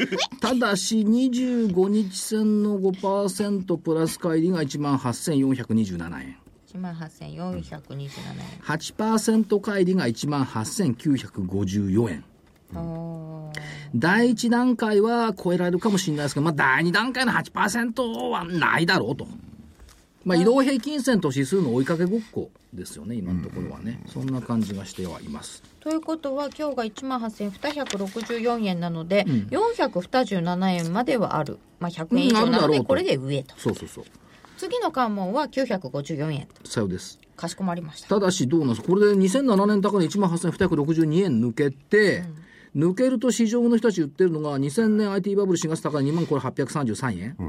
25日線の 5% プラス乖離が 18,427 円。 18,427円。 8% 乖離が 18,954 円。第1段階は超えられるかもしれないですけど、第2段階の 8% はないだろうと。移動平均線と指数の追いかけごっこですよね、今のところはね。そんな感じがしてはいます。 ということは今日が 18,264 円なので、427円まではある。100円以上なのでこれで上と。 そうそうそう。 次の関門は954円と。 さようです。 かしこまりました。 ただしどうなんですか、これで2007年高値 18,262 円抜けて、抜けると市場の人たち言ってるのが2000年 IT バブル4月高値2833円、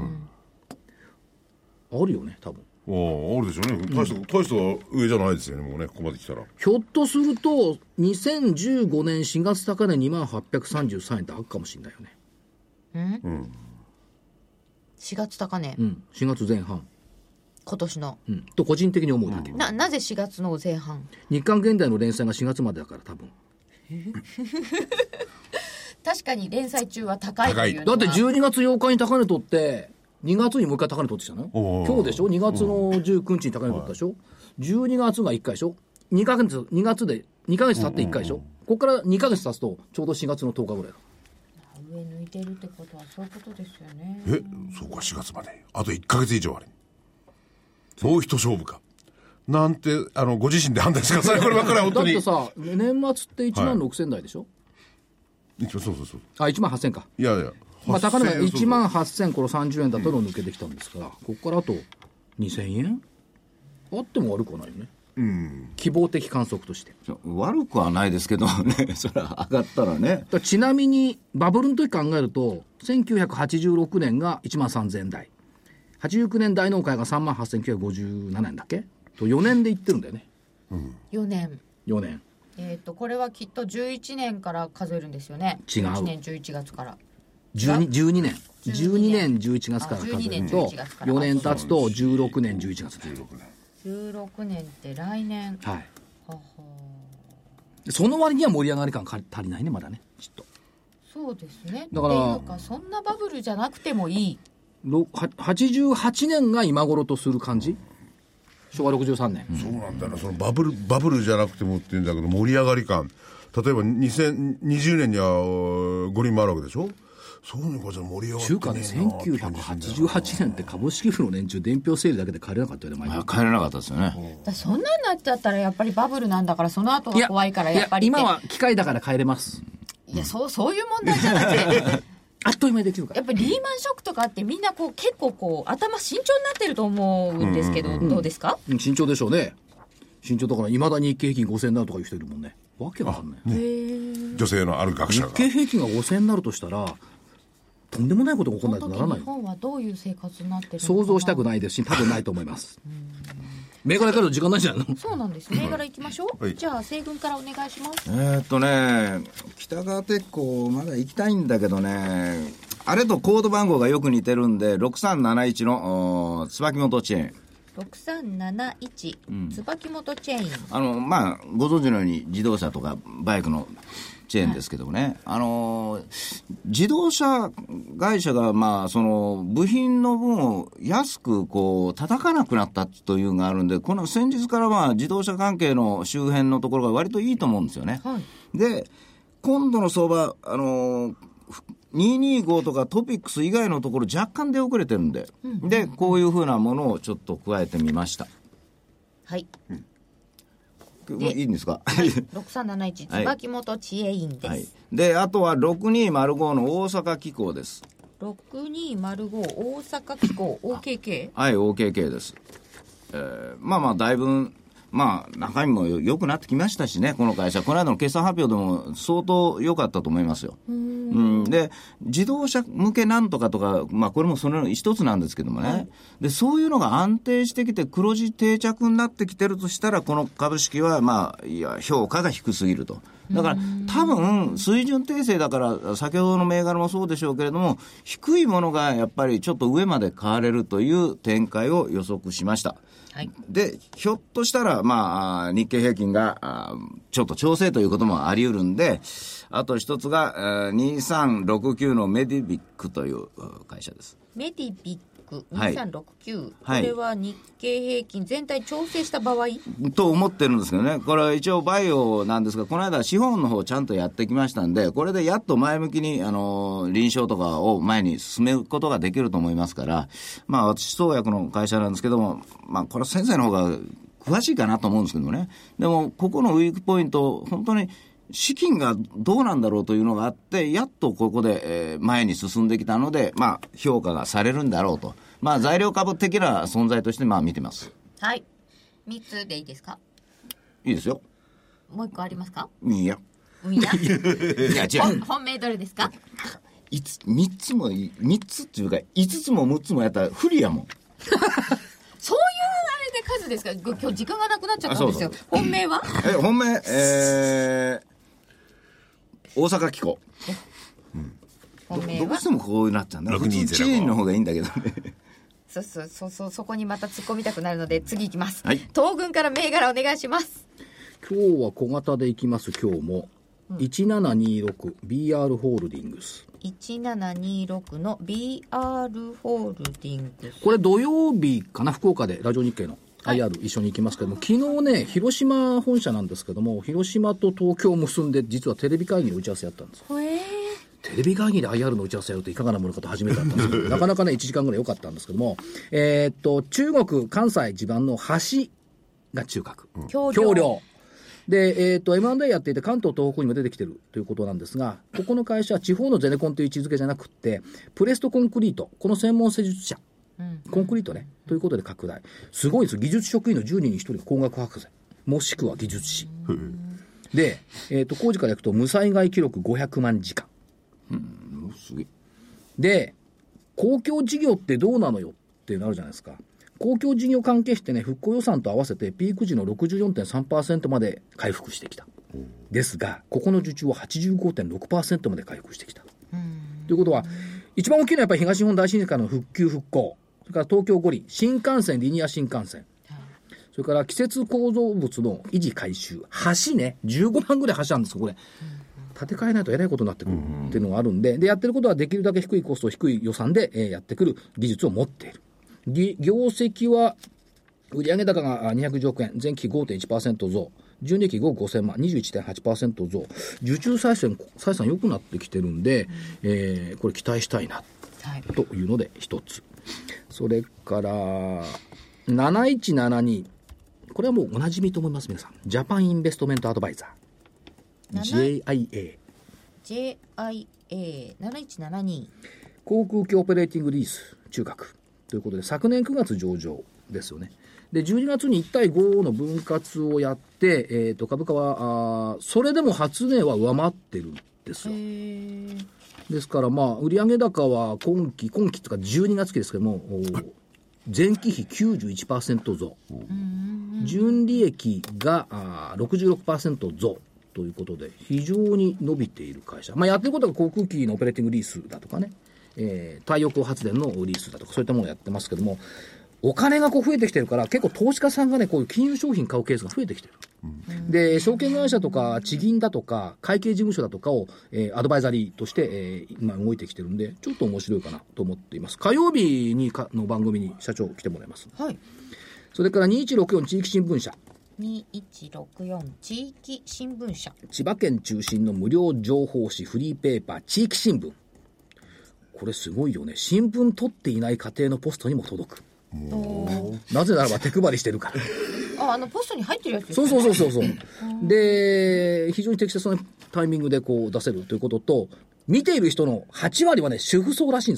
あるよね多分。 あるでしょうね。大した上じゃないですよね、もうね、ここまで来たら。 ひょっとすると2015年4月高値2833円ってあるかもしれないよね。 4月高値、 4月前半今年の、 と個人的に思うだけ。 なぜ4月の前半？ 日刊現代の連載が4月までだから多分。 確かに連載中は高いというのはだって12月8日に高値取って2月にもう一回高値取ってきたの。今日でしょ。2月の19日に高値取ったでしょ。12月が1回でしょ。2ヶ月経って1回でしょ。ここから2ヶ月経つとちょうど4月の10日ぐらいだ。 上抜いてるってことはそういうことですよね。 そうか、4月まであと1ヶ月以上ある。もう一勝負かなんてご自身で判断してください。こればっかりは本当に。 だってさ、年末って1万6000台でしょ。 そうそうそう。 1万8000か。 いやいや、 高値が1万8000この30円だったのを抜けてきたんですから、ここからあと2000円あっても悪くはないよね。希望的観測として悪くはないですけどね。それは上がったらね。 ちなみにバブルの時考えると1986年が1万3000円台、89年大納会が3万8957円だっけと4年でいってるんだよね。 4年。これはきっと11年から数えるんですよね。 違う。 11年11月から 12年11月から数えると4年経つと16年11月。 16年って来年。 はい。その割には盛り上がり感足りないね、まだね、きっと。 そうですね。 だからそんなバブルじゃなくてもいい。 88年が今頃とする感じ。昭和63年。 そうなんだよな。そのバブルじゃなくてもって言うんだけど、盛り上がり感。例えば2020年には五輪もあるわけでしょ。そういうのじゃ盛り上がってねえな。 中華で1988年って株式部の連中伝票整理だけで帰れなかったよね。 帰れなかったですよね。 そんなんなっちゃったらやっぱりバブルなんだから、その後が怖いからやっぱり。 今は機械だから帰れます。 いや、そういう問題じゃなくてあっという間にできるから。 やっぱりリーマンショックとかあってみんな結構頭慎重になってると思うんですけど、どうですか？ 慎重でしょうね。慎重だから、いまだに日経平均5000になるとかいう人いるもんね。わけわかんない。 女性のある学者が日経平均が5000になるとしたらとんでもないことが起こらないとならない。 日本はどういう生活になってるのか想像したくないですし、多分ないと思います銘柄からの時間ないじゃんの。 そうなんです。銘柄いきましょう、じゃあ西軍からお願いします。 北川鉄工まだ行きたいんだけどね、あれとコード番号がよく似てるんで6371の椿本チェーン。 6371、椿本チェーン。 ご存知のように自動車とかバイクのチェーンですけどもね、自動車会社がその部品の分を安く叩かなくなったというのがあるんで、この先日から自動車関係の周辺のところが割といいと思うんですよね。で、今度の相場225とかトピックス以外のところ若干出遅れてるんで、でこういうふうなものをちょっと加えてみました。 はい、 いいんですか 6371椿本知恵院です、 であとは6205の大阪機構です。 6205大阪機構 OKK。 はい、 OKK です。だいぶまあ、中身も良くなってきましたしね、この会社。この間の決算発表でも相当良かったと思いますよ。で、自動車向けなんとかとか、まあ、これもその一つなんですけどもね。で、そういうのが安定してきて、黒字定着になってきてるとしたら、この株式は、まあ、いや、評価が低すぎると。だから、多分、水準訂正だから、先ほどの銘柄もそうでしょうけれども、低いものがやっぱりちょっと上まで買われるという展開を予測しました。はい、で、ひょっとしたら、まあ、日経平均がちょっと調整ということもあり得るんで、あと一つが2369のメディビックという会社です。 メディビック2369、はい、これは日経平均全体調整した場合と思ってるんですけどね。これは一応バイオなんですが、この間資本の方ちゃんとやってきましたんで、これでやっと前向きに臨床とかを前に進めることができると思いますから、まあ私創薬の会社なんですけども、まあこれは先生の方が詳しいかなと思うんですけどもね。でもここのウィークポイント、本当に資金がどうなんだろうというのがあって、やっとここで、前に進んできたので、まあ、評価がされるんだろうと。まあ、材料株的な存在として、まあ、見てます。 はい。3つでいいですか？ いいですよ。 もう1個ありますか？ いや。 いや。 いや、違う。 本命どれですか ？3つも、3つっていうか、5つも6つもやったら不利やもん。 そういうあれで数ですか？今日時間がなくなっちゃったんですよ。本命は？ 本命、大阪機構。どうしてもこうなっちゃうんだ。チーンの方がいいんだけどね。 そこにまた突っ込みたくなるので次いきます。 はい。 東軍から銘柄お願いします。 今日は小型でいきます。今日も、1726 BR ホールディングス。 1726の BR ホールディングス。 これ土曜日かな、福岡でラジオ日経のIR 一緒に行きますけども、昨日ね、広島本社なんですけども、広島と東京を結んで、実はテレビ会議の打ち合わせやったんです。テレビ会議で IR の打ち合わせやるといかがなものかと初めてだったんですけど、なかなかね、1時間ぐらい良かったんですけども、中国、関西地盤の橋が中核。橋梁。で、M&A やっていて関東、東北にも出てきてるということなんですが、ここの会社は地方のゼネコンという位置づけじゃなくって、プレストコンクリート、この専門施術者、コンクリートね、ということで拡大。すごいです。技術職員の10人に1人が工学博士、もしくは技術士。で、工事からいくと無災害記録500万時間。 すげえ。 で、公共事業ってどうなのよってなるじゃないですか。公共事業関係費ってね、復興予算と合わせてピーク時の 64.3% まで回復してきた。ですが、ここの受注は 85.6% まで回復してきた。ということは、一番大きいのはやっぱり東日本大震災からの復旧復興。それから東京五輪、新幹線、リニア新幹線。それから季節構造物の維持改修。橋ね、15万ぐらい橋あるんですよ、これ。建て替えないとえらいことになってくるっていうのがあるんで、で、やってることはできるだけ低いコスト、低い予算で、やってくる技術を持っている。業績は、売上高が210億円、前期 5.1% 増、純利益5億5000万、21.8% 増、受注採算良くなってきてるんで、これ期待したいな、というので一つ。それから、7172、これはもうおなじみと思います、皆さん。ジャパンインベストメントアドバイザー。JIA。7172。航空機オペレーティングリース中核ということで、昨年9月上場ですよね。で、12月に1対5の分割をやって、株価は、それでも初値は上回ってるんですよ。ですから、まあ、売上高は今期とか12月期ですけども、前期比 91% 増。純利益が66% 増。ということで、非常に伸びている会社。まあ、やってることが航空機のオペレーティングリースだとかね、太陽光発電のリースだとか、そういったものをやってますけども、お金がこう増えてきてるから、結構投資家さんがね、こういう金融商品買うケースが増えてきてる。で、証券会社とか、地銀だとか、会計事務所だとかを、アドバイザリーとして、今動いてきてるんで、ちょっと面白いかなと思っています。火曜日の番組に社長来てもらいます。 はい。 それから2164地域新聞社。 2164地域新聞社。 千葉県中心の無料情報誌フリーペーパー地域新聞。これすごいよね。新聞取っていない家庭のポストにも届く。なぜならば手配りしてるから。 ポストに入ってるやつですね。 そう。で、非常に適切なタイミングでこう出せるということと、見ている人の8割はね、主婦層らしいんですよね。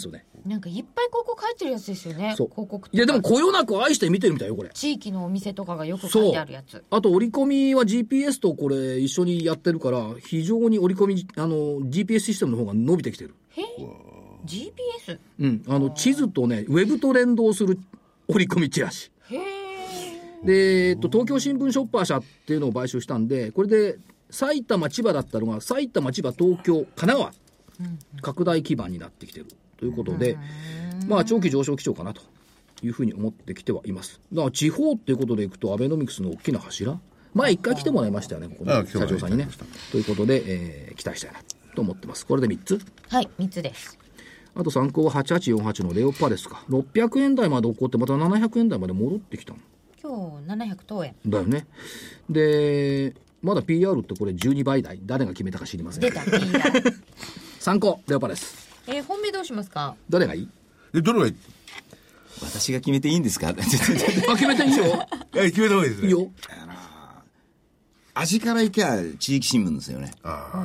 なんかいっぱい広告入ってるやつですよね。 そう広告とか。 いやでもこよなく愛して見てるみたいよこれ。 地域のお店とかがよく書いてあるやつ。 あと折り込みは GPS とこれ一緒にやってるから非常に折り込みGPS システムの方が伸びてきてる。 へ GPS？ 地図とねウェブと連動する折り込みチラシ。 へで、東京新聞ショッパー社っていうのを買収したんで、これで埼玉千葉だったのが埼玉千葉東京神奈川、拡大基盤になってきてるということで、まあ長期上昇基調かなというふうに思ってきてはいます。だから地方っていうことでいくとアベノミクスの大きな柱、前一回来てもらいましたよね、ここで社長さんにね。ということで、期待したいなと思ってます。これで3つ。 はい、3つです。 あと参考は8848のレオパレスか。600円台まで起こってまた700円台まで戻ってきたの。 今日700等円だよね。でまだ PR ってこれ12倍台、誰が決めたか知りません。 出た PR 参考レオパレス。 本命どうしますか？ 誰がいい？ どれがいい？ 私が決めていいんですか？ 決めていいよ。 決めた方がいいですね。 いいよ。 味からいけば地域新聞ですよね。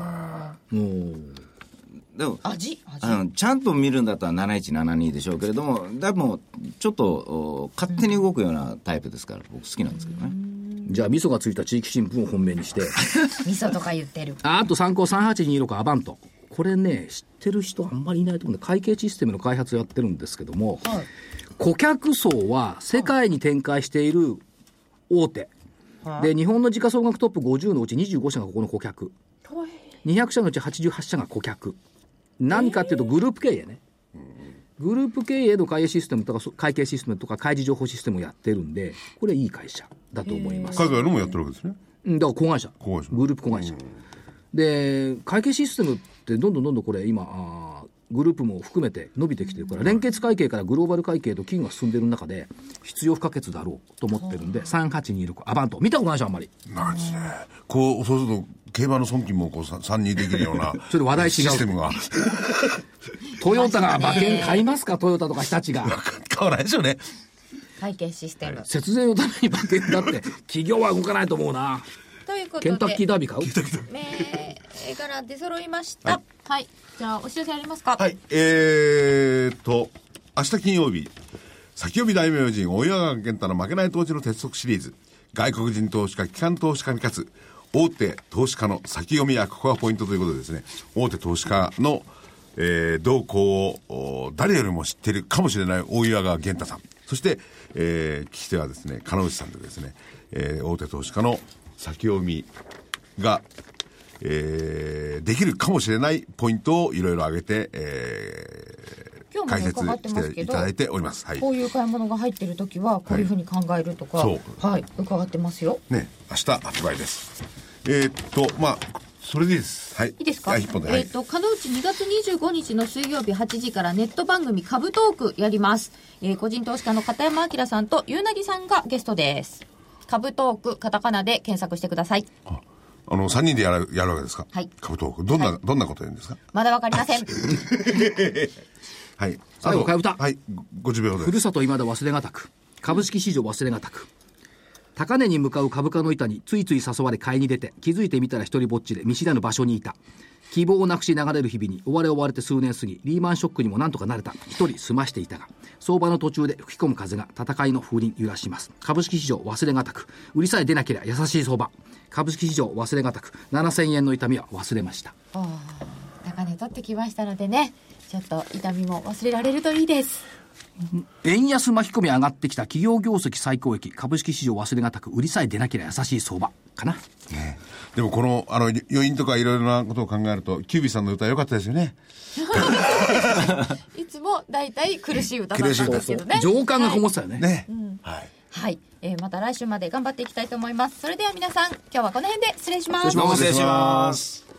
でも味ちゃんと見るんだったら7172でしょうけれども、でもちょっと勝手に動くようなタイプですから僕好きなんですけどね。 じゃあ味噌がついた地域新聞を本命にして味噌とか言ってる。 あと参考3826アバント。これね知ってる人あんまりいないと思うんで、会計システムの開発をやってるんですけども、 はい、 顧客層は世界に展開している大手、で日本の時価総額トップ50のうち25社がここの顧客、200社のうち88社が顧客。何かっていうとグループ経営ね、グループ経営の会計システムとか会計システムとか開示情報システムをやってるんで、これいい会社だと思います。 海外のもやってるわけですね。 だから子会社グループ子会社で、会計システムってどんどんこれ今グループも含めて伸びてきてるから、連結会計からグローバル会計と金が進んでる中で必要不可欠だろうと思ってるんで、3826アバント見たことないでしょあんまり。 なんですね。そうすると競馬の損金も参入できるようなそれ話題違うシステムがトヨタが馬券買いますか？トヨタとか日立が買わないでしょうね。 会計システム、 節税のために馬券だって企業は動かないと思うな。 ということでケンタッキーダービー買う？ 銘柄出揃いました。はい、じゃあお知らせありますか？ はい。明日金曜日、先読み大名人大岩川源太の負けない投資の鉄則シリーズ、外国人投資家機関投資家に勝つ大手投資家の先読みや、ここがポイントということでですね、大手投資家の、動向を誰よりも知っているかもしれない大岩川源太さん、そして、聞き手はですね金内さんでですね、大手投資家の先読みが、できるかもしれないポイントをいろいろ挙げて、解説していただいております。はい、 こういう買い物が入ってるときはこういうふうに考えるとか、はい、伺ってますよ。 ね、明日発売です。まあそれでいいです。はい。いいですか？ はい、金内 2月25日の水曜日8時からネット番組株トークやります。個人投資家の片山明さんとゆうなぎさんがゲストです。株トークカタカナで検索してください。 3人でやるわけですか？ はい。 株トークどんなこと言うんですか？ まだわかりません。 はい。 最後、買い歌。 はい。50秒です。 ふるさと未だ忘れがたく、株式市場忘れがたく。高値に向かう株価の板についつい誘われ買いに出て、気づいてみたら一人ぼっちで見知らぬ場所にいた。希望をなくし流れる日々に追われて数年過ぎ、リーマンショックにもなんとかなれた。一人済ましていたが、相場の途中で吹き込む風が戦いの風鈴揺らします。株式市場忘れがたく、売りさえ出なければ優しい相場。株式市場忘れがたく、7000円の痛みは忘れました。 高値取ってきましたのでね、ちょっと痛みも忘れられるといいです。 円安巻き込み上がってきた企業業績最高益、株式市場忘れがたく、売りさえ出なければ優しい相場かな、 ね、でもこの要因とかいろいろなことを考えるとキュービーさんの歌良かったですよね。 いつもだいたい苦しい歌だったんですけどね。 情感がこもってたよね。 ね、 はい、また来週まで頑張っていきたいと思います。それでは皆さん、今日はこの辺で失礼します。 失礼します。